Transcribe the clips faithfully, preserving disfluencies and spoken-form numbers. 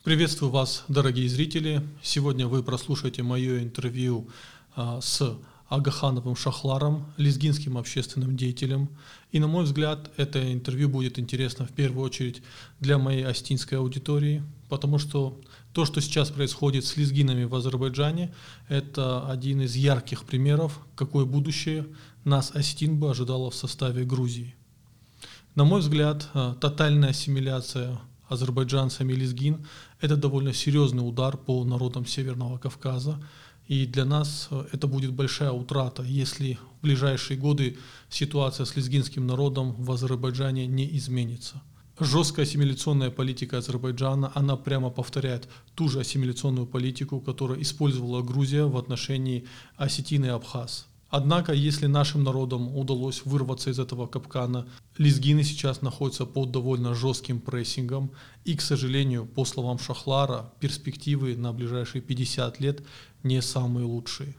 Приветствую вас, дорогие зрители. Сегодня вы прослушаете мое интервью а, с Агахановым Шахларом, лезгинским общественным деятелем. И, на мой взгляд, это интервью будет интересно в первую очередь для моей остинской аудитории, потому что то, что сейчас происходит с лезгинами в Азербайджане, это один из ярких примеров, какое будущее нас, остин, бы ожидало в составе Грузии. На мой взгляд, тотальная ассимиляция азербайджанцами лезгин – это довольно серьезный удар по народам Северного Кавказа, и для нас это будет большая утрата, если в ближайшие годы ситуация с лезгинским народом в Азербайджане не изменится. Жесткая ассимиляционная политика Азербайджана, она прямо повторяет ту же ассимиляционную политику, которую использовала Грузия в отношении Осетии и Абхаз. Однако, если нашим народам удалось вырваться из этого капкана, лезгины сейчас находятся под довольно жестким прессингом, и, к сожалению, по словам Шахлара, перспективы на ближайшие пятьдесят лет не самые лучшие.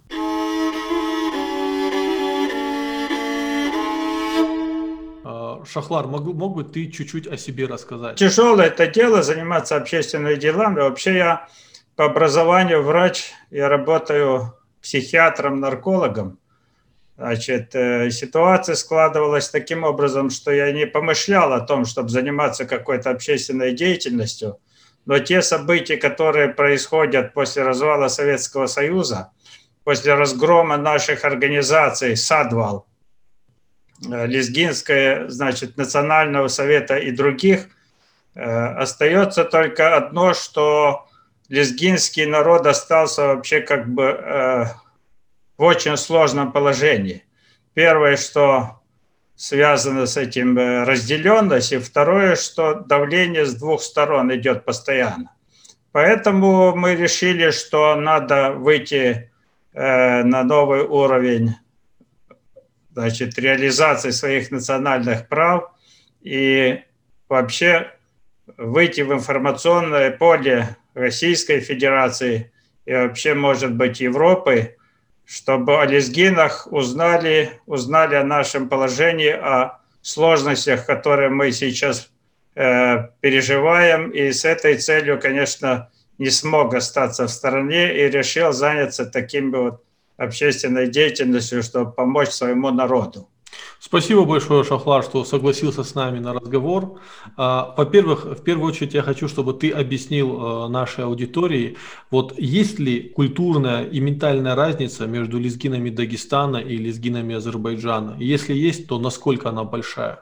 Шахлар, мог, мог бы ты чуть-чуть о себе рассказать? Тяжелое это дело, заниматься общественными делами. Вообще я по образованию врач, я работаю психиатром, наркологом. Значит, ситуация складывалась таким образом, что я не помышлял о том, чтобы заниматься какой-то общественной деятельностью, но те события, которые происходят после развала Советского Союза, после разгрома наших организаций САДВАЛ, Лезгинская, значит, Национального совета и других, остается только одно, что лезгинский народ остался вообще как бы в очень сложном положении. Первое, что связано с этим разделенность, и второе, что давление с двух сторон идет постоянно. Поэтому мы решили, что надо выйти на новый уровень, значит, реализации своих национальных прав и вообще выйти в информационное поле Российской Федерации и вообще, может быть, Европы, чтобы о лезгинах узнали, узнали о нашем положении, о сложностях, которые мы сейчас э, переживаем. И с этой целью, конечно, не смог остаться в стороне и решил заняться таким вот общественной деятельностью, чтобы помочь своему народу. Спасибо большое, Шахлар, что согласился с нами на разговор. Во-первых, в первую очередь я хочу, чтобы ты объяснил нашей аудитории, вот есть ли культурная и ментальная разница между лезгинами Дагестана и лезгинами Азербайджана? Если есть, то насколько она большая?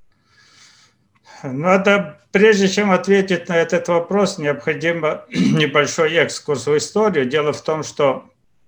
Надо, прежде чем ответить на этот вопрос, необходимо небольшой экскурс в историю. Дело в том, что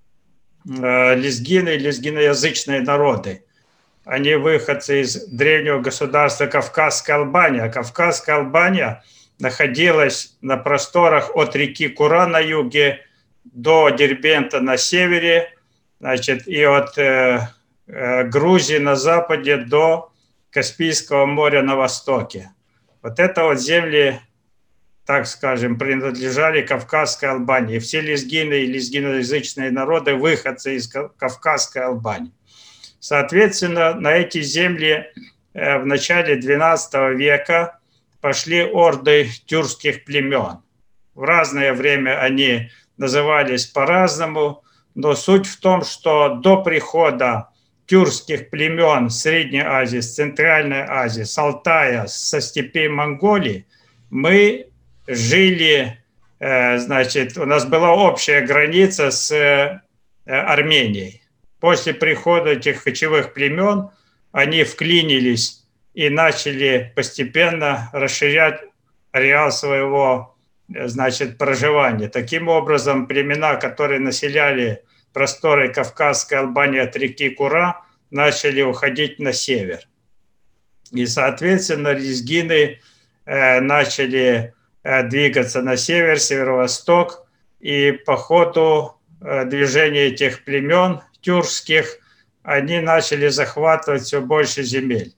лезгины и лезгиноязычные народы, они выходцы из древнего государства Кавказская Албания. Кавказская Албания находилась на просторах от реки Кура на юге до Дербента на севере, значит, и от э, э, Грузии на западе до Каспийского моря на востоке. Вот это вот земли, так скажем, принадлежали Кавказской Албании. Все лезгины и лезгиноязычные народы выходцы из Кавказской Албании. Соответственно, на эти земли в начале двенадцатого века пошли орды тюркских племен. В разное время они назывались по-разному, но суть в том, что до прихода тюркских племен с Средней Азии, с Центральной Азии, с Алтая, со степей Монголии, мы жили, значит, у нас была общая граница с Арменией. После прихода этих кочевых племен они вклинились и начали постепенно расширять ареал своего, значит, проживания. Таким образом, племена, которые населяли просторы Кавказской Албании от реки Кура, начали уходить на север. И, соответственно, лезгины э, начали э, двигаться на север, северо-восток, и по ходу э, движения этих племен тюркских, они начали захватывать все больше земель.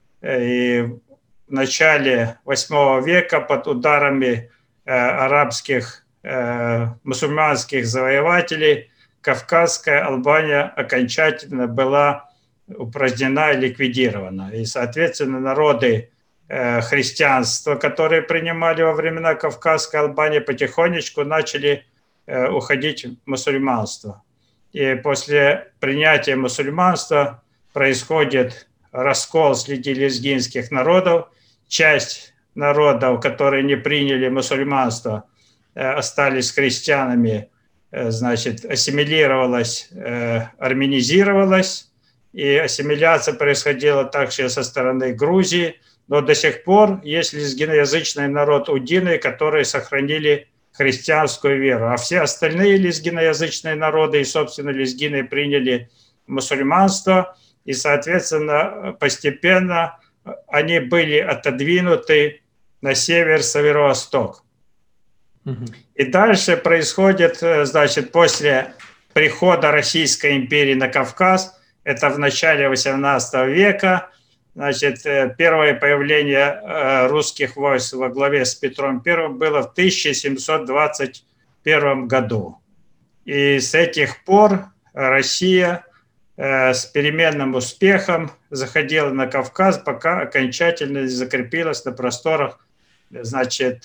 И в начале восьмого века под ударами э, арабских, э, мусульманских завоевателей Кавказская Албания окончательно была упразднена и ликвидирована. И, соответственно, народы христианства, которые принимали во времена Кавказской Албании, потихонечку начали уходить в мусульманство. И после принятия мусульманства происходит раскол среди лезгинских народов. Часть народов, которые не приняли мусульманство, остались христианами, значит, ассимилировалась, армянизировалась. И ассимиляция происходила также со стороны Грузии. Но до сих пор есть лезгиноязычный народ удины, которые сохранили христианскую веру. А все остальные лезгиноязычные народы и, собственно, лезгины приняли мусульманство. И, соответственно, постепенно они были отодвинуты на север, северо-восток. Угу. И дальше происходит, значит, после прихода Российской империи на Кавказ, это в начале восемнадцатого века, значит, первое появление русских войск во главе с Петром Первым было в тысяча семьсот двадцать первом году. И с этих пор Россия с переменным успехом заходила на Кавказ, пока окончательно не закрепилась на просторах, значит,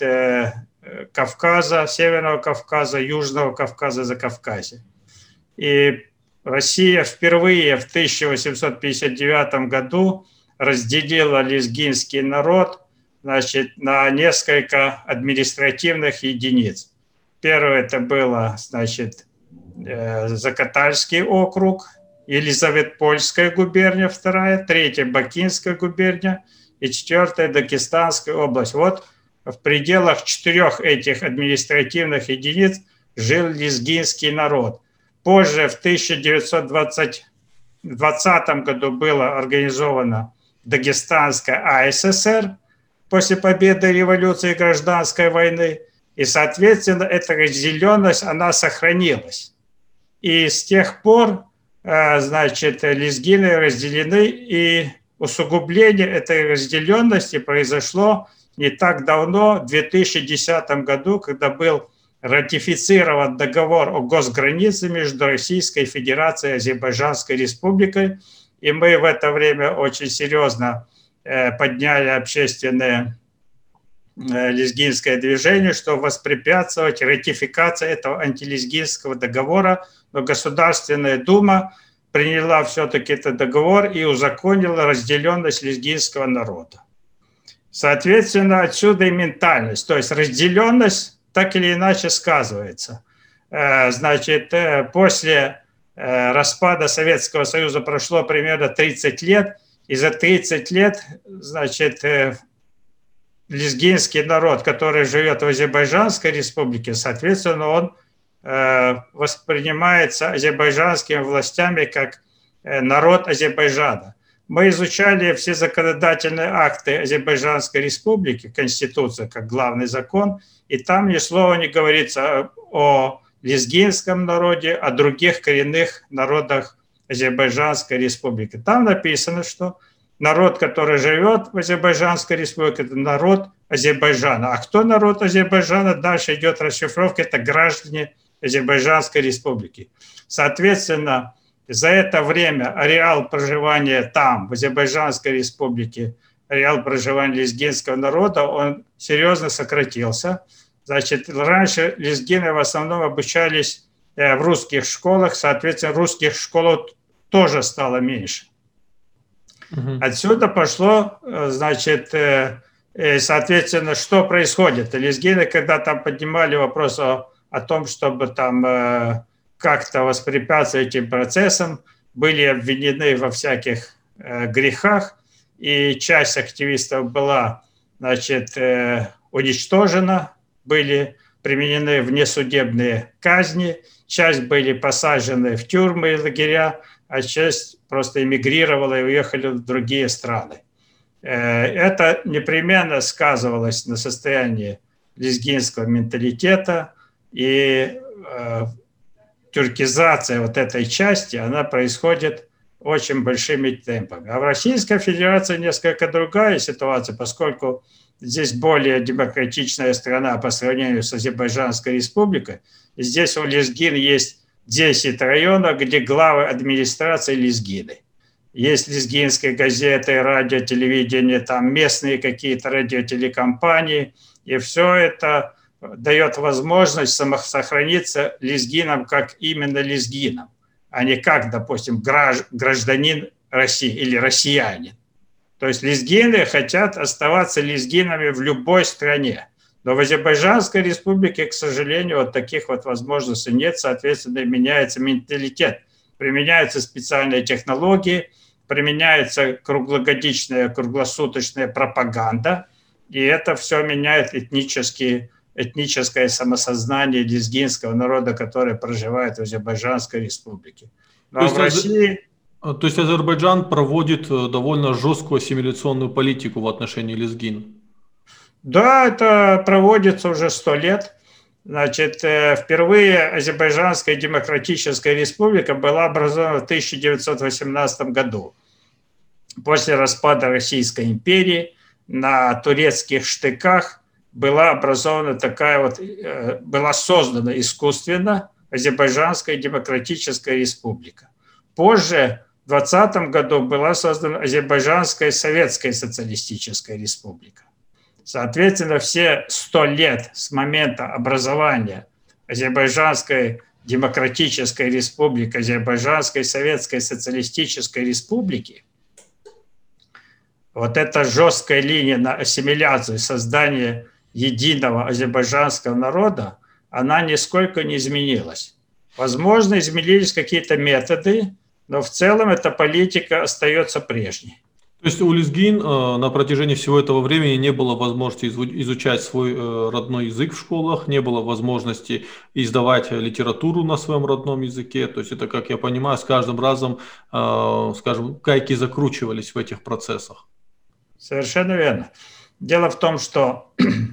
Кавказа, Северного Кавказа, Южного Кавказа, Закавказья. И Россия впервые в тысяча восемьсот пятьдесят девятом году разделила лезгинский народ, значит, на несколько административных единиц. Первое это было, значит, Закатальский округ, Елизаветпольская губерния, вторая, третья Бакинская губерния и четвертая Дагестанская область. Вот в пределах четырех этих административных единиц жил лезгинский народ. Позже, в тысяча девятьсот двадцатом году, было организовано Дагестанская АССР после победы революции и гражданской войны. И, соответственно, эта разделенность, она сохранилась. И с тех пор, значит, лезгины разделены, и усугубление этой разделенности произошло не так давно, в две тысячи десятом году, когда был ратифицирован договор о госгранице между Российской Федерацией и Азербайджанской Республикой. И мы в это время очень серьезно подняли общественное лезгинское движение, чтобы воспрепятствовать ратификации этого антилезгинского договора. Но Государственная Дума приняла все-таки этот договор и узаконила разделенность лезгинского народа. Соответственно, отсюда и ментальность, то есть разделенность так или иначе сказывается. Значит, после распада Советского Союза прошло примерно тридцать лет, и за тридцать лет, значит, лезгинский народ, который живет в Азербайджанской республике, соответственно, он воспринимается азербайджанскими властями как народ Азербайджана. Мы изучали все законодательные акты Азербайджанской республики, Конституцию как главный закон, и там ни слова не говорится о лезгинском народе, о других коренных народах Азербайджанской республики. Там написано, что народ, который живет в Азербайджанской республике, это народ Азербайджана. А кто народ Азербайджана? Дальше идет расшифровка, это граждане Азербайджанской республики. Соответственно, за это время ареал проживания там, в Азербайджанской республике, ареал проживания лезгинского народа, он серьезно сократился. Значит, раньше лезгины в основном обучались в русских школах, соответственно, русских школ тоже стало меньше. Угу. Отсюда пошло, значит, соответственно, что происходит. Лезгины, когда там поднимали вопрос о, о том, чтобы там как-то воспрепятствовать этим процессам, были обвинены во всяких э, грехах, и часть активистов была, значит, э, уничтожена, были применены внесудебные казни, часть были посажены в тюрьмы и лагеря, а часть просто эмигрировала и уехали в другие страны. Э, это непременно сказывалось на состоянии лезгинского менталитета, и э, тюркизация вот этой части, она происходит очень большими темпами. А в Российской Федерации несколько другая ситуация, поскольку здесь более демократичная страна по сравнению с Азербайджанской республикой. И здесь у лезгин есть десять районов, где главы администрации лезгины. есть лезгинские газеты, радио, телевидение, там местные какие-то радиотелекомпании, и все это дает возможность самосохраниться лезгинам как именно лезгинам, а не как, допустим, гражданин России или россиянин. То есть лезгины хотят оставаться лезгинами в любой стране. Но в Азербайджанской республике, к сожалению, вот таких вот возможностей нет, соответственно, меняется менталитет. Применяются специальные технологии, применяется круглогодичная, круглосуточная пропаганда, и это все меняет этнические, этническое самосознание лезгинского народа, который проживает в Азербайджанской республике. Ну, а в России... То есть Азербайджан проводит довольно жесткую ассимиляционную политику в отношении лезгин? Да, это проводится уже сто лет. Значит, впервые Азербайджанская демократическая республика была образована в тысяча девятьсот восемнадцатом году. После распада Российской империи на турецких штыках была образована такая вот, была создана искусственно Азербайджанская демократическая республика. Позже, в двадцатом году, была создана Азербайджанская советская социалистическая республика. Соответственно, все сто лет с момента образования Азербайджанской демократической республики, Азербайджанской советской социалистической республики, вот эта жесткая линия на ассимиляцию, создание единого азербайджанского народа, она нисколько не изменилась. Возможно, изменились какие-то методы, но в целом эта политика остается прежней. То есть у лезгин э, на протяжении всего этого времени не было возможности изучать свой э, родной язык в школах, не было возможности издавать литературу на своем родном языке. То есть это, как я понимаю, с каждым разом, э, скажем, гайки закручивались в этих процессах. Совершенно верно. Дело в том, что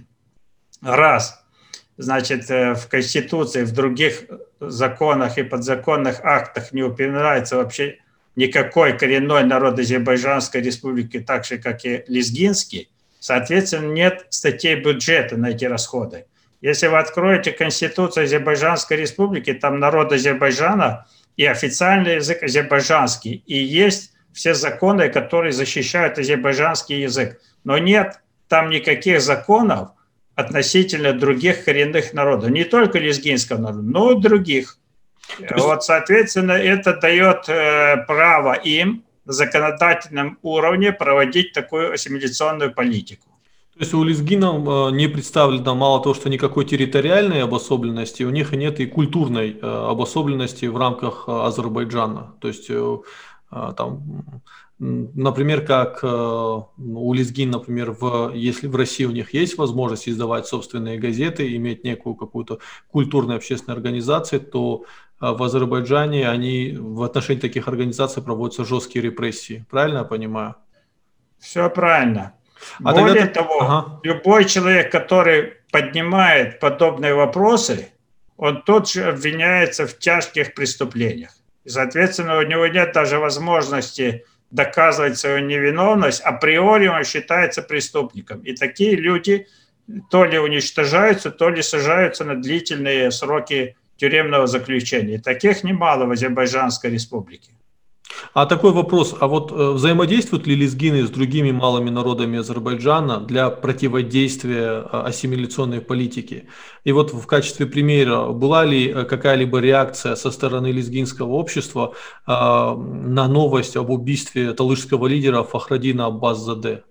раз, значит, в Конституции, в других законах и подзаконных актах не упоминается вообще никакой коренной народ Азербайджанской республики, так же, как и лезгинский, соответственно, нет статей бюджета на эти расходы. Если вы откроете Конституцию Азербайджанской республики, там народ Азербайджана и официальный язык азербайджанский, и есть все законы, которые защищают азербайджанский язык. Но нет там никаких законов относительно других коренных народов, не только лезгинского народа, но и других. Вот, соответственно, это дает э, право им на законодательном уровне проводить такую ассимиляционную политику. То есть у лезгинов э, не представлено мало того, что никакой территориальной обособленности, у них нет и культурной э, обособленности в рамках э, Азербайджана. То есть э, э, там, например, как э, у лезгин, например, в, если в России у них есть возможность издавать собственные газеты, иметь некую какую-то культурную общественную организацию, то в Азербайджане они в отношении таких организаций проводятся жесткие репрессии. Правильно я понимаю? Все правильно. А Более тогда... того, ага. любой человек, который поднимает подобные вопросы, он тут же обвиняется в тяжких преступлениях. И, соответственно, у него нет даже возможности доказывать свою невиновность, априори он считается преступником. И такие люди то ли уничтожаются, то ли сажаются на длительные сроки тюремного заключения. Таких немало в Азербайджанской республике. А такой вопрос, а вот э, взаимодействуют ли лезгины с другими малыми народами Азербайджана для противодействия э, ассимиляционной политике? И вот в качестве примера, была ли э, какая-либо реакция со стороны лезгинского общества э, на новость об убийстве талышского лидера Фахраддина Аббас-Заде?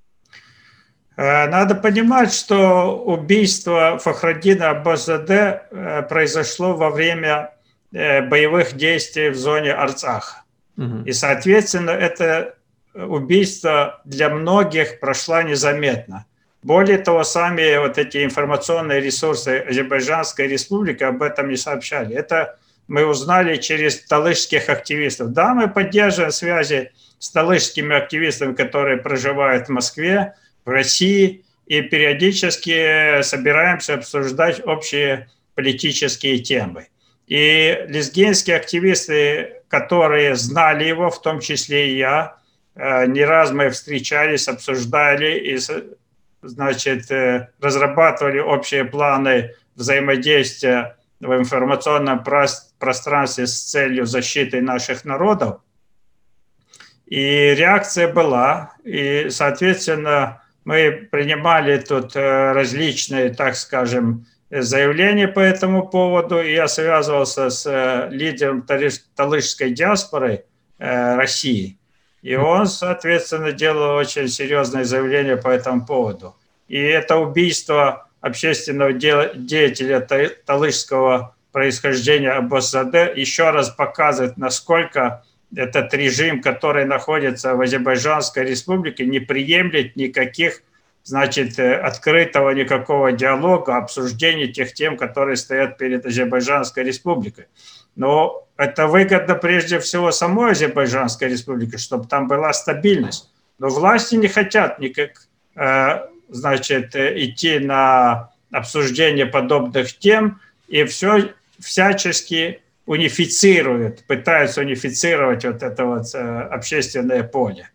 Надо понимать, что убийство Фахраддина Аббас-Заде произошло во время боевых действий в зоне Арцаха. Угу. И, соответственно, это убийство для многих прошло незаметно. Более того, сами вот эти информационные ресурсы Азербайджанской республики об этом не сообщали. Это мы узнали через талышских активистов. Да, мы поддерживаем связи с талышскими активистами, которые проживают в Москве, в России, и периодически собираемся обсуждать общие политические темы. И лезгинские активисты, которые знали его, в том числе и я, не раз мы встречались, обсуждали и, значит, разрабатывали общие планы взаимодействия в информационном пространстве с целью защиты наших народов. И реакция была, и, соответственно, мы принимали тут различные, так скажем, заявления по этому поводу, и я связывался с лидером талышской диаспоры России, и он, соответственно, делал очень серьезное заявление по этому поводу. И это убийство общественного деятеля талышского происхождения Аббасзаде еще раз показывает, насколько этот режим, который находится в Азербайджанской республике, не приемлет никаких, значит, открытого никакого диалога, обсуждения тех тем, которые стоят перед Азербайджанской республикой. Но это выгодно прежде всего самой Азербайджанской республике, чтобы там была стабильность. Но власти не хотят никак, значит, идти на обсуждение подобных тем, и все всячески унифицируют, пытаются унифицировать вот это вот общественное поле.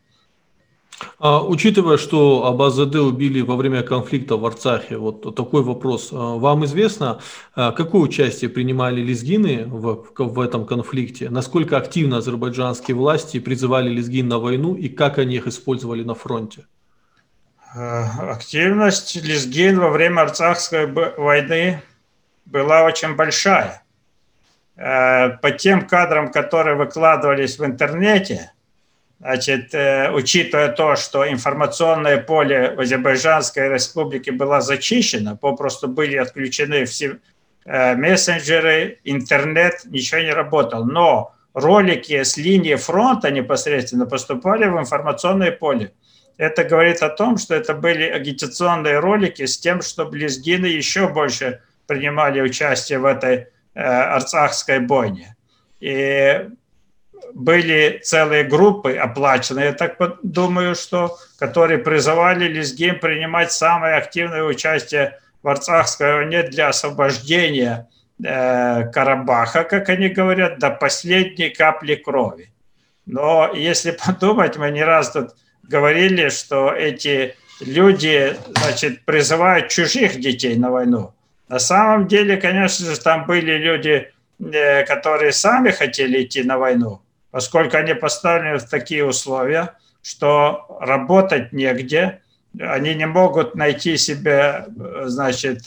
А, учитывая, что Аббасзаде убили во время конфликта в Арцахе, вот такой вопрос. Вам известно, какое участие принимали лезгины в, в этом конфликте? Насколько активно азербайджанские власти призывали лезгин на войну и как они их использовали на фронте? Активность лезгин во время Арцахской войны была очень большая. По тем кадрам, которые выкладывались в интернете, значит, учитывая то, что информационное поле в Азербайджанской республике было зачищено, попросту были отключены все мессенджеры, интернет, ничего не работал. Но ролики с линии фронта непосредственно поступали в информационное поле. Это говорит о том, что это были агитационные ролики с тем, чтобы лезгины еще больше принимали участие в этой арцахской бойне. И были целые группы оплаченные, я так думаю, что, которые призывали лезгин принимать самое активное участие в Арцахской войне для освобождения э, Карабаха, как они говорят, до последней капли крови. Но если подумать, мы не раз тут говорили, что эти люди, значит, призывают чужих детей на войну. На самом деле, конечно же, там были люди, которые сами хотели идти на войну, поскольку они поставлены в такие условия, что работать негде, они не могут найти себе, значит,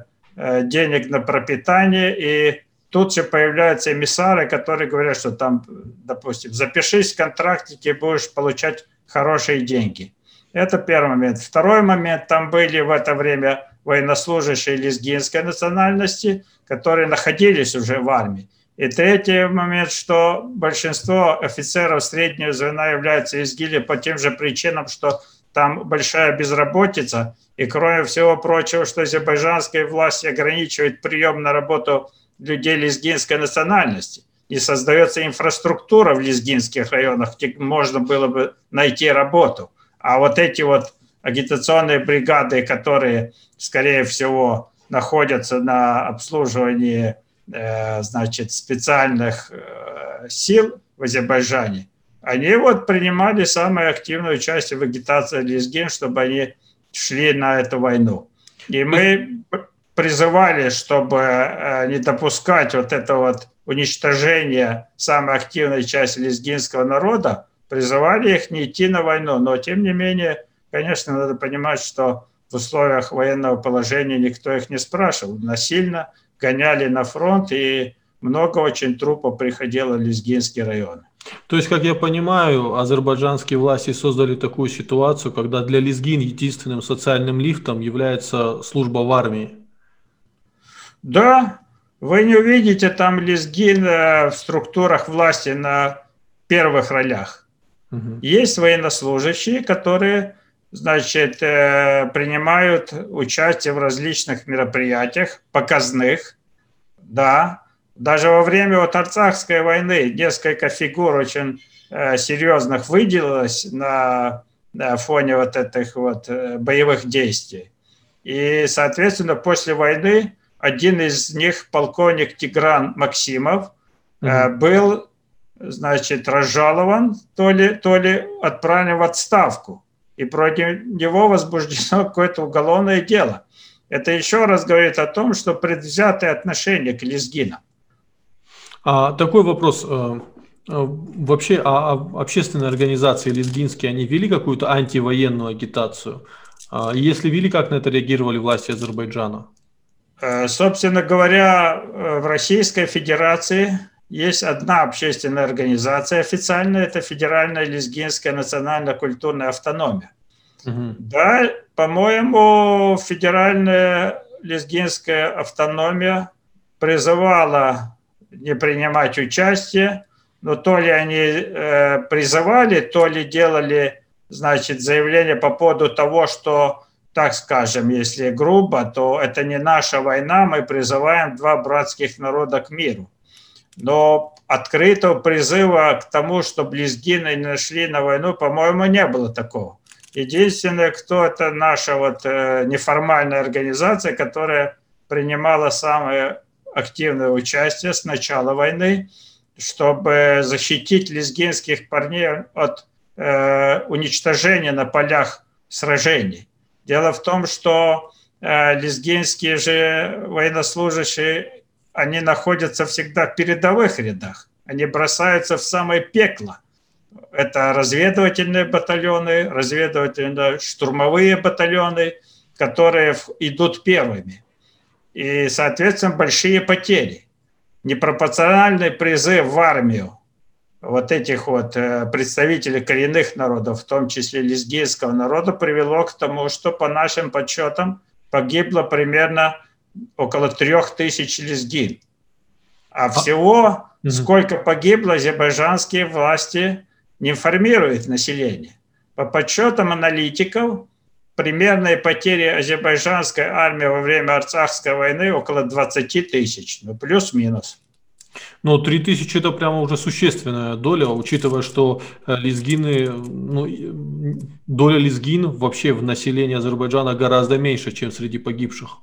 денег на пропитание, и тут же появляются эмиссары, которые говорят, что там, допустим, запишись в контрактике, будешь получать хорошие деньги. Это первый момент. Второй момент, там были в это время военнослужащие лезгинской национальности, которые находились уже в армии. И третий момент, что большинство офицеров среднего звена являются лезгины по тем же причинам, что там большая безработица, и кроме всего прочего, что азербайджанские власти ограничивают прием на работу людей лезгинской национальности. И создается инфраструктура в лезгинских районах, где можно было бы найти работу. А вот эти вот агитационные бригады, которые, скорее всего, находятся на обслуживании э, значит, специальных э, сил в Азербайджане, они вот принимали самое активное участие в агитации лезгин, чтобы они шли на эту войну. И мы призывали, чтобы э, не допускать вот это вот уничтожение самой активной части лезгинского народа, призывали их не идти на войну. Но, тем не менее, конечно, надо понимать, что в условиях военного положения никто их не спрашивал. Насильно гоняли на фронт, и много очень трупов приходило в лезгинский район. То есть, как я понимаю, азербайджанские власти создали такую ситуацию, когда для лезгин единственным социальным лифтом является служба в армии. Да, вы не увидите там лезгин в структурах власти на первых ролях. Угу. Есть военнослужащие, которые, значит, принимают участие в различных мероприятиях, показных, да. Даже во время вот Арцахской войны несколько фигур очень э, серьезных выделилось на, на фоне вот этих вот э, боевых действий. И, соответственно, после войны один из них, полковник Тигран Максимов, э, mm-hmm. был, значит, разжалован, то ли, то ли отправлен в отставку. И против него возбуждено какое-то уголовное дело. Это еще раз говорит о том, что предвзятое отношение к лезгинам. А, такой вопрос. А, Вообще, а а общественные организации лезгинские, они вели какую-то антивоенную агитацию? А Если вели, как на это реагировали власти Азербайджана? Э, Собственно говоря, э, в Российской Федерации есть одна общественная организация официальная, это Федеральная лезгинская национально-культурная автономия. Мгм. Да, по-моему, Федеральная лезгинская автономия призывала не принимать участие, но то ли они э, призывали, то ли делали, значит, заявление по поводу того, что, так скажем, если грубо, то это не наша война, мы призываем два братских народа к миру. Но открытого призыва к тому, чтобы лезгины не шли на войну, по-моему, не было такого. Единственное, кто это наша вот э, неформальная организация, которая принимала самое активное участие с начала войны, чтобы защитить лезгинских парней от э, уничтожения на полях сражений. Дело в том, что э, лезгинские же военнослужащие, они находятся всегда в передовых рядах. Они бросаются в самое пекло. Это разведывательные батальоны, разведывательно-штурмовые батальоны, которые идут первыми. И, соответственно, большие потери. Непропорциональный призыв в армию вот этих вот представителей коренных народов, в том числе лезгинского народа, привело к тому, что по нашим подсчетам погибло примерно около трех тысяч лезгин. А всего, Мгм. сколько погибло, азербайджанские власти не информируют население. По подсчетам аналитиков, примерные потери азербайджанской армии во время Арцахской войны около двадцать тысяч, ну плюс-минус. Но три тысячи это прямо уже существенная доля, учитывая, что э, лезгины, ну, и, м, доля лезгин вообще в населении Азербайджана гораздо меньше, чем среди погибших.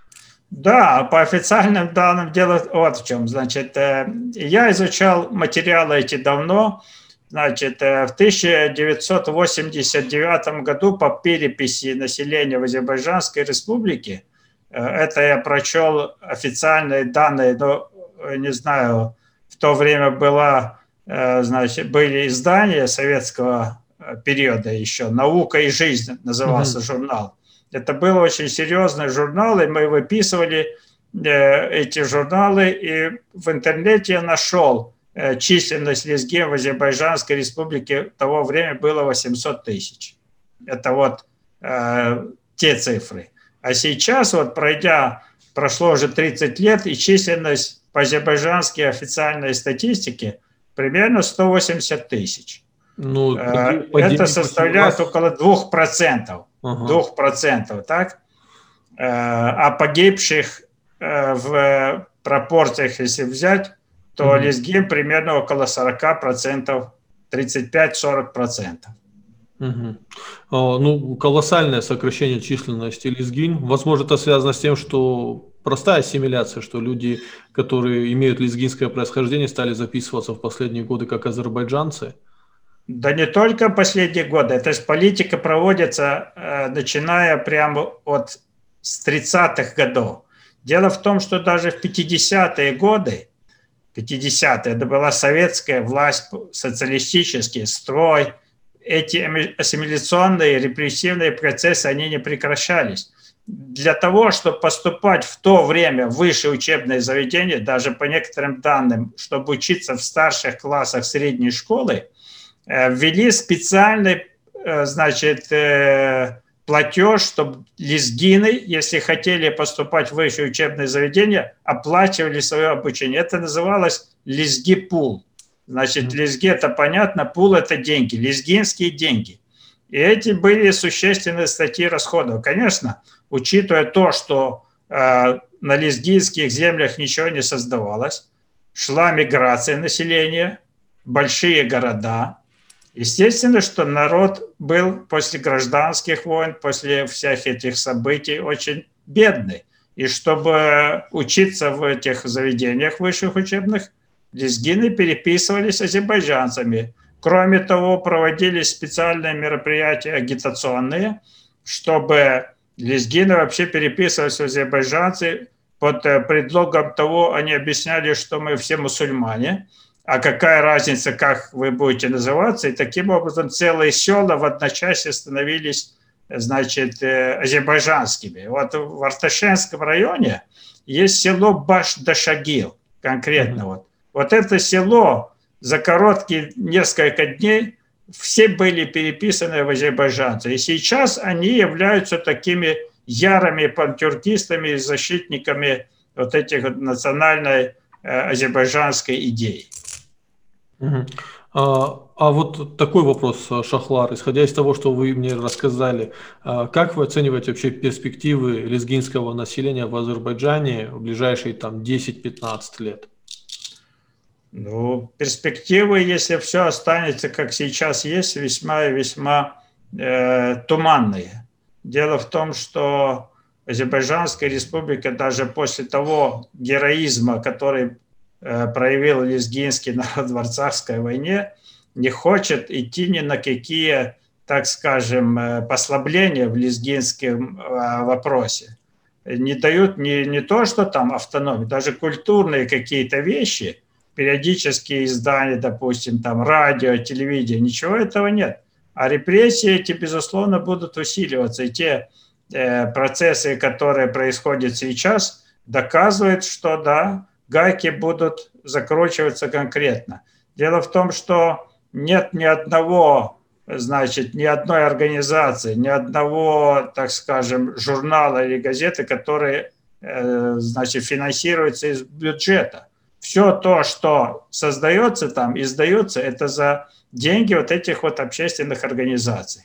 Да, по официальным данным дело вот в чем. Значит, я изучал материалы эти давно. Значит, в тысяча девятьсот восемьдесят девятом году по переписи населения в Азербайджанской республике, это я прочел официальные данные, но не знаю, в то время была, значит, были издания советского периода еще «Наука и жизнь» назывался Мгм. журнал. Это был очень серьезный журнал, и мы выписывали э, эти журналы, и в интернете я нашел э, численность лезгин в Азербайджанской республике того времени было восемьсот тысяч. Это вот э, те цифры. А сейчас, вот пройдя, прошло уже тридцать лет, и численность по азербайджанской официальной статистике примерно сто восемьдесят тысяч. Ну, Э, паде- Это падение после составляет власти. около двух процентов. Ага. Двух процентов, так? Э, А погибших э, в пропорциях, если взять, то Мгм. лезгин примерно около сорок процентов, тридцать пять сорок процентов. Мгм. А, Ну, колоссальное сокращение численности лезгин. Возможно, это связано с тем, что простая ассимиляция, что люди, которые имеют лезгинское происхождение, стали записываться в последние годы как азербайджанцы. Да не только последние годы, это же политика проводится, э, начиная прямо от с тридцатых годов. Дело в том, что даже в пятидесятые годы, пятидесятые, это была советская власть, социалистический строй, эти ассимиляционные репрессивные процессы, они не прекращались. Для того, чтобы поступать в то время в высшее учебное заведение, даже по некоторым данным, чтобы учиться в старших классах средней школы, ввели специальный, значит, платеж, чтобы лезгины, если хотели поступать в высшее учебное заведение, оплачивали свое обучение. Это называлось лезги-пул. Значит, лезги – это понятно, пул – это деньги, лезгинские деньги. И эти были существенные статьи расходов. Конечно, учитывая то, что э, на лезгинских землях ничего не создавалось, шла миграция населения, большие города. Естественно, что народ был после гражданских войн, после всех этих событий очень бедный. И чтобы учиться в этих заведениях высших учебных, лезгины переписывались с азербайджанцами. Кроме того, проводились специальные мероприятия агитационные, чтобы лезгины вообще переписывались с азербайджанцами под предлогом того, они объясняли, что мы все мусульмане, а какая разница, как вы будете называться, и таким образом целые села в одночасье становились, значит, азербайджанскими. Вот в Арташенском районе есть село Баш-Дашагил, конкретно. Mm-hmm. вот. Вот это село за короткие несколько дней все были переписаны в азербайджанцы. И сейчас они являются такими ярыми пантюркистами и защитниками вот этих вот национальной э, азербайджанской идеи. Угу. А, а вот такой вопрос, Шахлар, исходя из того, что вы мне рассказали, как вы оцениваете вообще перспективы лезгинского населения в Азербайджане в ближайшие там десять-пятнадцать лет? Ну, перспективы, если все останется, как сейчас есть, весьма и весьма э, туманные. Дело в том, что Азербайджанская республика даже после того героизма, который э, проявил лезгинский народ в Арцахской войне, не хочет идти ни на какие, так скажем, послабления в лезгинском э, вопросе. Не дают не, не то, что там автономию, даже культурные какие-то вещи, периодические издания, допустим, там радио, телевидение, ничего этого нет. А репрессии эти, безусловно, будут усиливаться. И те э, процессы, которые происходят сейчас, доказывают, что да, гайки будут закручиваться конкретно. Дело в том, что нет ни одного, значит, ни одной организации, ни одного, так скажем, журнала или газеты, которые, э, значит, финансируются из бюджета. Все то, что создается там, издается, это за деньги вот этих вот общественных организаций.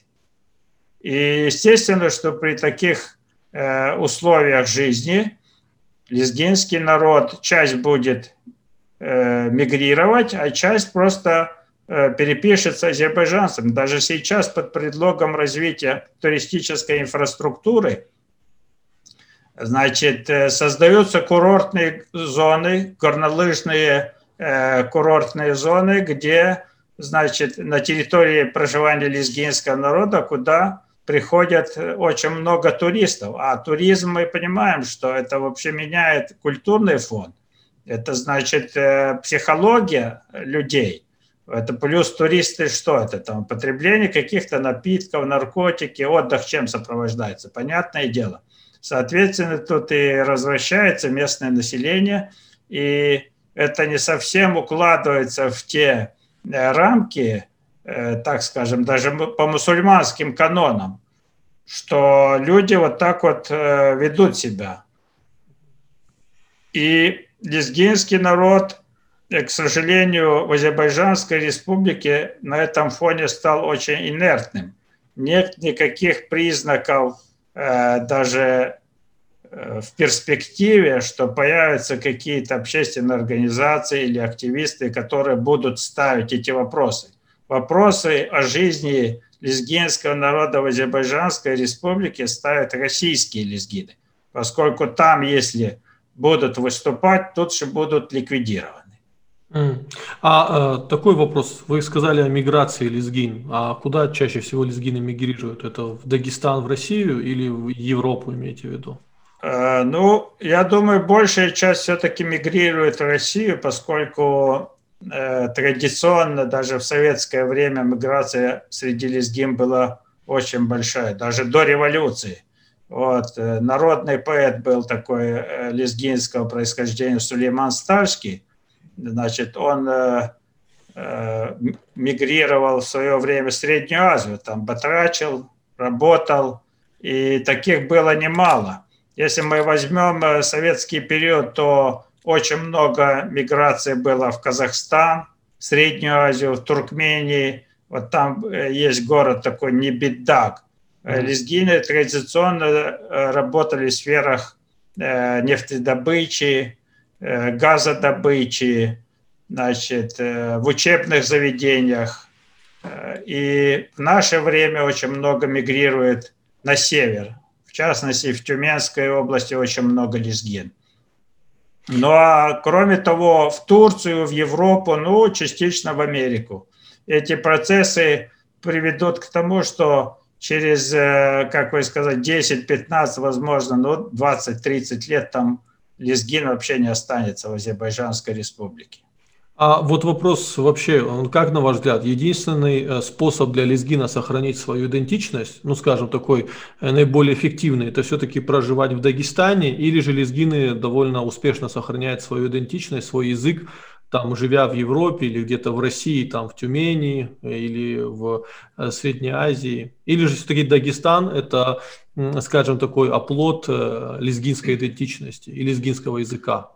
И естественно, что при таких э, условиях жизни лезгинский народ, часть будет э, мигрировать, а часть просто э, перепишется азербайджанцам. Даже сейчас под предлогом развития туристической инфраструктуры, значит, создаются курортные зоны, горнолыжные э, курортные зоны, где, значит, на территории проживания лезгинского народа, куда приходят очень много туристов. А туризм, мы понимаем, что это вообще меняет культурный фон. Это, значит, э, психология людей. Это плюс туристы, что это там? Потребление каких-то напитков, наркотики, отдых чем сопровождается? Понятное дело. Соответственно, тут и развращается местное население, и это не совсем укладывается в те рамки, так скажем, даже по мусульманским канонам, что люди вот так вот ведут себя. И лезгинский народ, к сожалению, в Азербайджанской республике на этом фоне стал очень инертным. Нет никаких признаков даже в перспективе, что появятся какие-то общественные организации или активисты, которые будут ставить эти вопросы. Вопросы о жизни лезгинского народа в Азербайджанской республике ставят российские лезгины, поскольку там, если будут выступать, тут же будут ликвидированы. А э, такой вопрос. Вы сказали о миграции лезгин. А куда чаще всего лезгины мигрируют? Это в Дагестан, в Россию или в Европу, имеете в виду? Э, ну, я думаю, большая часть все-таки мигрирует в Россию, поскольку э, традиционно даже в советское время миграция среди лезгин была очень большая, даже до революции. Вот, э, народный поэт был такой э, лезгинского происхождения Сулейман Старский. Значит, он э, э, мигрировал в свое время в Среднюю Азию, там батрачил, работал, и таких было немало. Если мы возьмем советский период, то очень много миграции было в Казахстан, в Среднюю Азию, в Туркмении. Вот там есть город такой Небидак. Mm-hmm. Лезгины традиционно работали в сферах э, нефтедобычи, газодобычи, значит, в учебных заведениях. И в наше время очень много мигрирует на север. В частности, в Тюменской области очень много лезгин. Ну а кроме того, в Турцию, в Европу, ну, частично в Америку. Эти процессы приведут к тому, что через, как вы сказали, десять-пятнадцать, возможно, ну, двадцать-тридцать лет там лезгин вообще не останется в Азербайджанской республике. А вот вопрос вообще, он как на ваш взгляд, единственный э, способ для лезгина сохранить свою идентичность, ну скажем такой э, наиболее эффективный, это все-таки проживать в Дагестане, или же лезгины довольно успешно сохраняют свою идентичность, свой язык, там живя в Европе или где-то в России, там в Тюмени э, или в э, Средней Азии, или же все-таки Дагестан это, м, скажем, такой оплот э, лезгинской идентичности и лезгинского языка?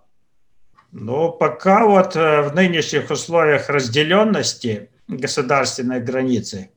Но пока вот э, в нынешних условиях разделенности государственной границы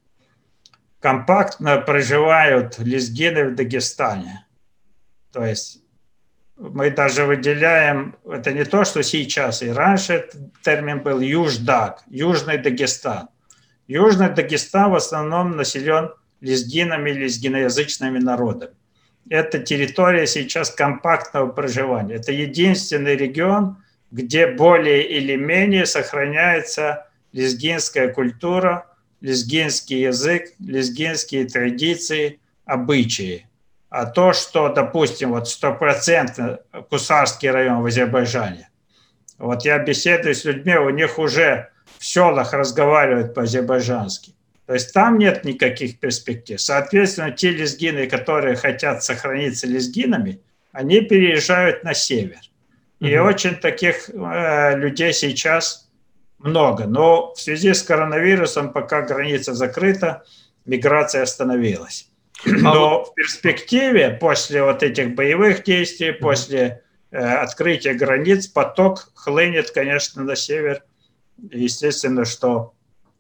компактно проживают лезгины в Дагестане. То есть мы даже выделяем, это не то, что сейчас, и раньше этот термин был Юждаг, Южный Дагестан. Южный Дагестан в основном населен лезгинами, лезгиноязычными народами. Это территория сейчас компактного проживания. Это единственный регион, где более или менее сохраняется лезгинская культура, лезгинский язык, лезгинские традиции, обычаи. А то, что, допустим, вот стопроцентно Кусарский район в Азербайджане, вот я беседую с людьми, у них уже в селах разговаривают по-азербайджански. То есть там нет никаких перспектив. Соответственно, те лезгины, которые хотят сохраниться лезгинами, они переезжают на север. И угу. очень таких э, людей сейчас много. Но в связи с коронавирусом, пока граница закрыта, миграция остановилась. Но в перспективе, после вот этих боевых действий, угу. после э, открытия границ, поток хлынет, конечно, на север. Естественно, что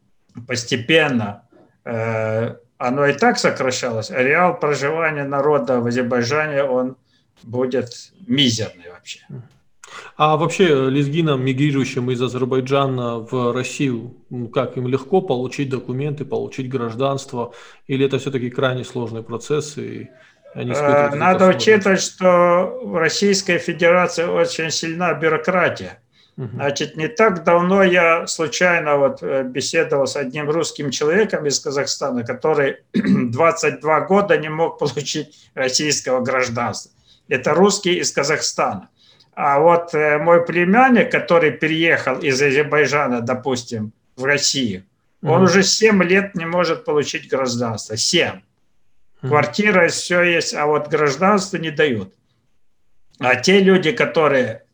постепенно э, оно и так сокращалось, а реал проживания народа в Азербайджане, он будет мизерный вообще. А вообще лезгинам, мигрирующим из Азербайджана в Россию, как им легко получить документы, получить гражданство, или это все-таки крайне сложный процесс? И они э, Надо учитывать, что в Российской Федерации очень сильна бюрократия. Значит, не так давно я случайно вот беседовал с одним русским человеком из Казахстана, который двадцать два года не мог получить российского гражданства. Это русский из Казахстана. А вот мой племянник, который переехал из Азербайджана, допустим, в Россию, он mm-hmm. уже семь лет не может получить гражданство. семь. Mm-hmm. Квартира, все есть, а вот гражданство не дают. А те люди, которые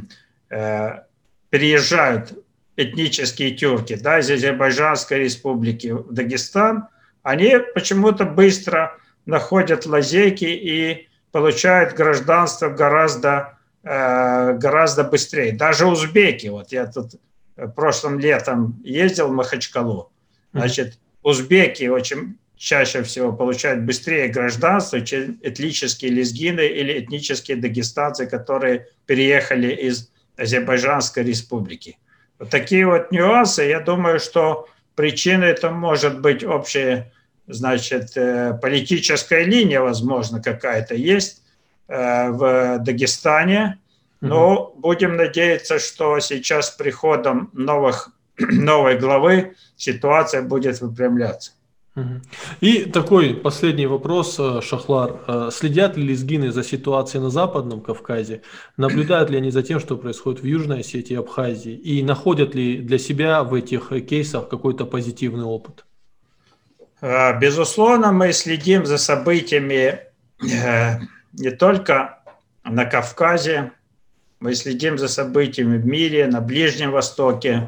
переезжают, этнические тюрки, да, из Азербайджанской республики в Дагестан, они почему-то быстро находят лазейки и получают гражданство гораздо, э, гораздо быстрее. Даже узбеки, вот я тут прошлым летом ездил в Махачкалу, значит, узбеки очень чаще всего получают быстрее гражданство, чем этнические лезгины или этнические дагестанцы, которые переехали из Азербайджанской республики. Вот такие вот нюансы. Я думаю, что причиной это может быть общая, значит, политическая линия, возможно, какая-то есть в Дагестане. Но mm-hmm. будем надеяться, что сейчас с приходом новых, новой главы ситуация будет выпрямляться. И такой последний вопрос, Шахлар. Следят ли лезгины за ситуацией на Западном Кавказе? Наблюдают ли они за тем, что происходит в Южной Осетии и Абхазии? И находят ли для себя в этих кейсах какой-то позитивный опыт? Безусловно, мы следим за событиями не только на Кавказе, мы следим за событиями в мире, на Ближнем Востоке.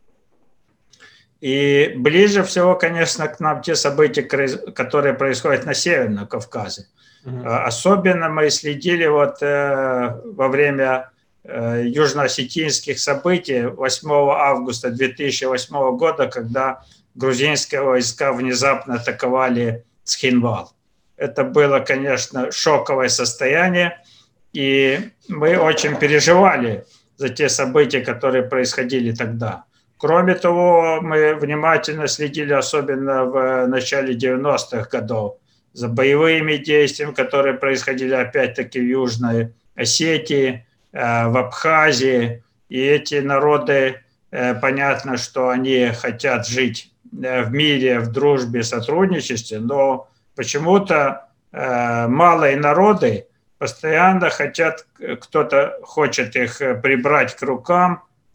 И ближе всего, конечно, к нам те события, которые происходят на Северном Кавказе. Uh-huh. Особенно мы следили вот э, во время э, южно-осетинских событий восьмого августа две тысячи восьмого года, когда грузинские войска внезапно атаковали Цхинвал. Это было, конечно, шоковое состояние, и мы очень переживали за те события, которые происходили тогда. Кроме того, мы внимательно следили, особенно в начале девяностых годов, за боевыми действиями, которые происходили опять-таки в Южной Осетии, в Абхазии. И эти народы, понятно, что они хотят жить в мире, в дружбе, сотрудничестве, но почему-то малые народы постоянно хотят, кто-то хочет их прибрать к рукам,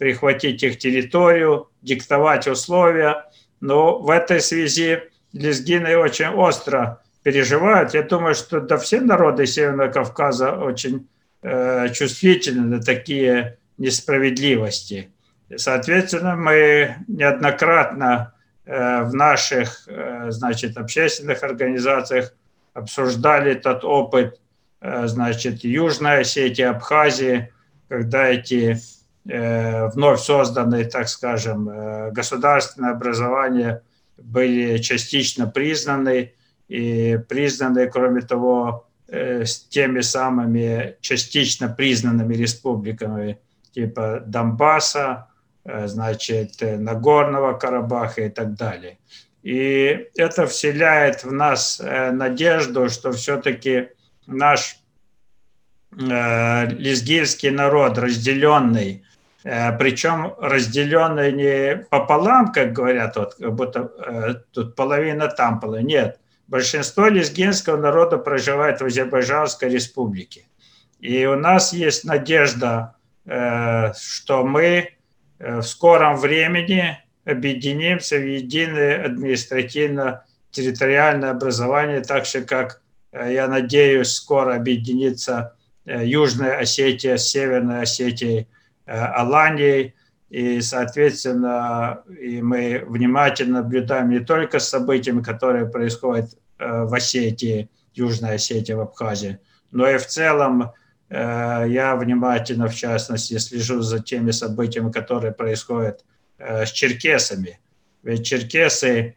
прихватить их территорию, диктовать условия. Но в этой связи лезгины очень остро переживают. Я думаю, что да, все народы Северного Кавказа очень э, чувствительны на такие несправедливости. Соответственно, мы неоднократно э, в наших э, значит, общественных организациях обсуждали тот опыт, э, значит, Южной Осетии, Абхазии, когда эти э, вновь созданные, так скажем, э, государственные образования были частично признаны, и признаны, кроме того, э, с теми самыми частично признанными республиками типа Донбасса, э, значит, Нагорного Карабаха и так далее. И это вселяет в нас э, надежду, что все-таки наш э, лезгинский народ разделенный, э, причем разделенный не пополам, как говорят, вот, как будто э, тут половина там, половина. Нет. Большинство лезгинского народа проживает в Азербайджанской республике. И у нас есть надежда, э, что мы э, в скором времени объединимся в единое административно-территориальное образование, так же, как, э, я надеюсь, скоро объединится э, Южная Осетия с Северной Осетией, э, Аланией. И, соответственно, и мы внимательно наблюдаем не только событиями, которые происходят в Осетии, Южной Осетии, в Абхазии, но и в целом я внимательно, в частности, слежу за теми событиями, которые происходят с черкесами. Ведь черкесы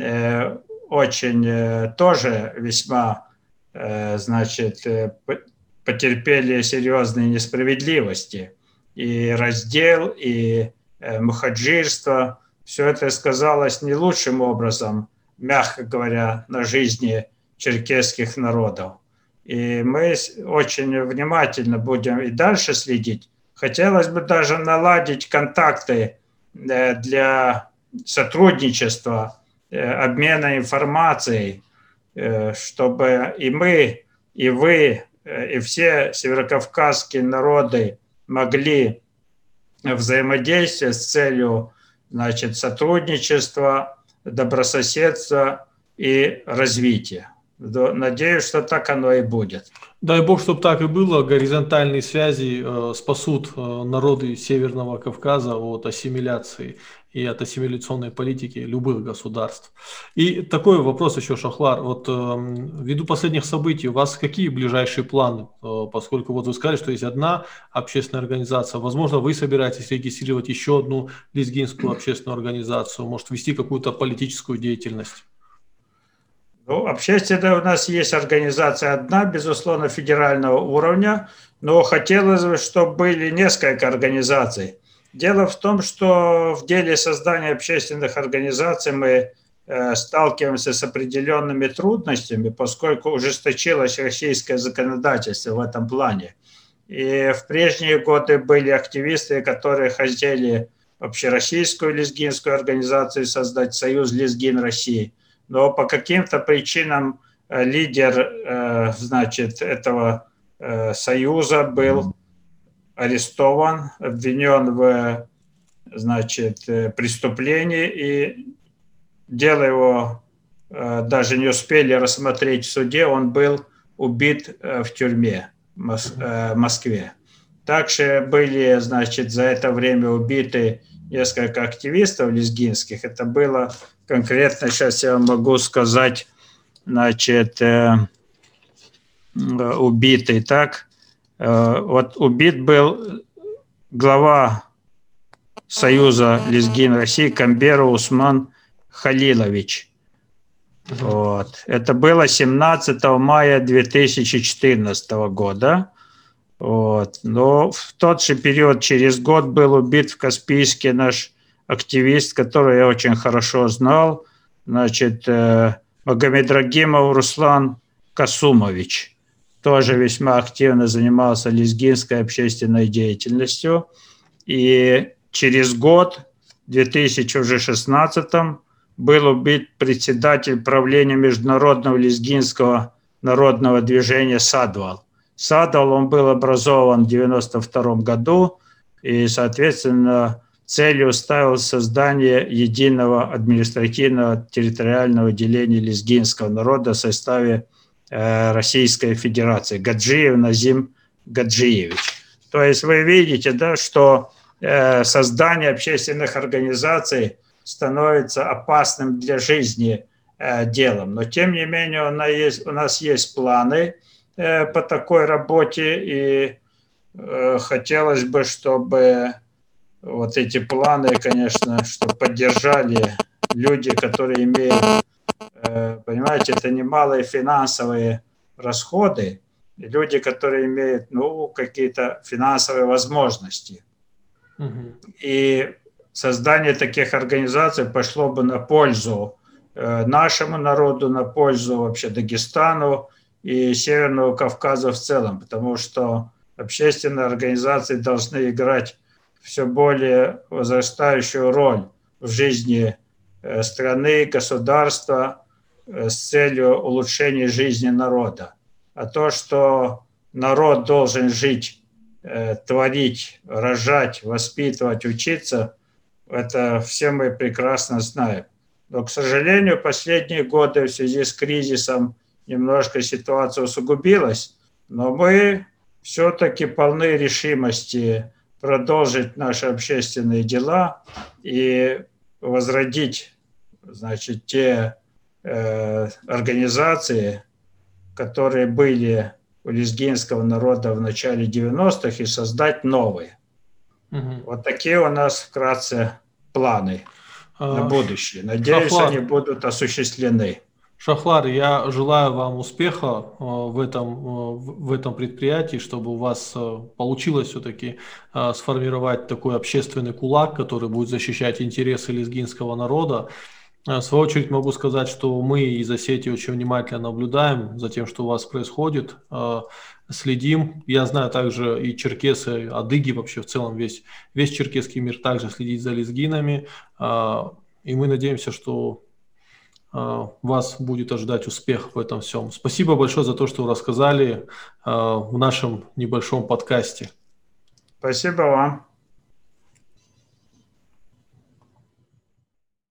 очень тоже весьма, значит, потерпели серьезные несправедливости. И раздел, и э, мухаджирство, все это сказалось не лучшим образом, мягко говоря, на жизни черкесских народов. И мы очень внимательно будем и дальше следить. Хотелось бы даже наладить контакты э, для сотрудничества, э, обмена информацией, э, чтобы и мы, и вы, э, и все северокавказские народы могли взаимодействовать с целью, значит, сотрудничества, добрососедства и развития. Надеюсь, что так оно и будет. Дай бог, чтобы так и было. Горизонтальные связи э, спасут э, народы Северного Кавказа от ассимиляции и от ассимиляционной политики любых государств. И такой вопрос еще, Шахлар. Вот э, ввиду последних событий, у вас какие ближайшие планы? Э, поскольку вот вы сказали, что есть одна общественная организация. Возможно, вы собираетесь регистрировать еще одну лезгинскую общественную организацию, может, вести какую-то политическую деятельность? Ну, общественная у нас есть организация одна, безусловно, федерального уровня, но хотелось бы, чтобы были несколько организаций. Дело в том, что в деле создания общественных организаций мы э, сталкиваемся с определенными трудностями, поскольку ужесточилось российское законодательство в этом плане. И в прежние годы были активисты, которые хотели общероссийскую лезгинскую организацию создать, Союз лезгин России. Но по каким-то причинам лидер, значит, этого союза был арестован, обвинен в, значит, преступлении, и дело его даже не успели рассмотреть в суде, он был убит в тюрьме в Москве. Также были, значит, за это время убиты несколько активистов лезгинских. Это было конкретно, сейчас я могу сказать, значит, э, убитый, так. Э, вот убит был глава Союза лезгин России Камберов Усман Халилович. Вот. Это было семнадцатого мая две тысячи четырнадцатого года. Вот. Но в тот же период, через год, был убит в Каспийске наш активист, который я очень хорошо знал, значит, э, Магомедрагимов Руслан Касумович. Тоже весьма активно занимался лезгинской общественной деятельностью. И через год, в две тысячи шестнадцатом, был убит председатель правления Международного лезгинского народного движения «Садвал». «Садвал», он был образован в девяносто втором году, и, соответственно, целью ставил создание единого административного территориального деления лезгинского народа в составе э, Российской Федерации. Гаджиев Назим Гаджиевич. То есть вы видите, да, что э, создание общественных организаций становится опасным для жизни э, делом. Но, тем не менее, у нас есть, у нас есть планы э, по такой работе, и э, хотелось бы, чтобы вот эти планы, конечно, чтобы поддержали люди, которые имеют, э, понимаете, это немалые финансовые расходы, и люди, которые имеют, ну, какие-то финансовые возможности. Мгм. И создание таких организаций пошло бы на пользу э, нашему народу, на пользу вообще Дагестану и Северному Кавказу в целом, потому что общественные организации должны играть все более возрастающую роль в жизни э, страны, государства э, с целью улучшения жизни народа. А то, что народ должен жить, э, творить, рожать, воспитывать, учиться, это все мы прекрасно знаем. Но, к сожалению, последние годы в связи с кризисом немножко ситуация усугубилась, но мы все-таки полны решимости продолжить наши общественные дела и возродить, значит, те э, организации, которые были у лезгинского народа в начале девяностых, и создать новые. Мгм. Вот такие у нас вкратце планы на А, Ш- будущее. Надеюсь, они Шахлар, будут осуществлены. Шахлар, я желаю вам успеха э, в этом, э, в в этом предприятии, чтобы у вас э, получилось все-таки э, сформировать такой общественный кулак, который будет защищать интересы лезгинского народа. Э, В свою очередь могу сказать, что мы из Осетии очень внимательно наблюдаем за тем, что у вас происходит, э, следим. Я знаю также и черкесы, адыги, вообще в целом весь, весь черкесский мир также следит за лезгинами. Э, И мы надеемся, что э, вас будет ожидать успех в этом всем. Спасибо большое за то, что вы рассказали э, в нашем небольшом подкасте. Спасибо вам.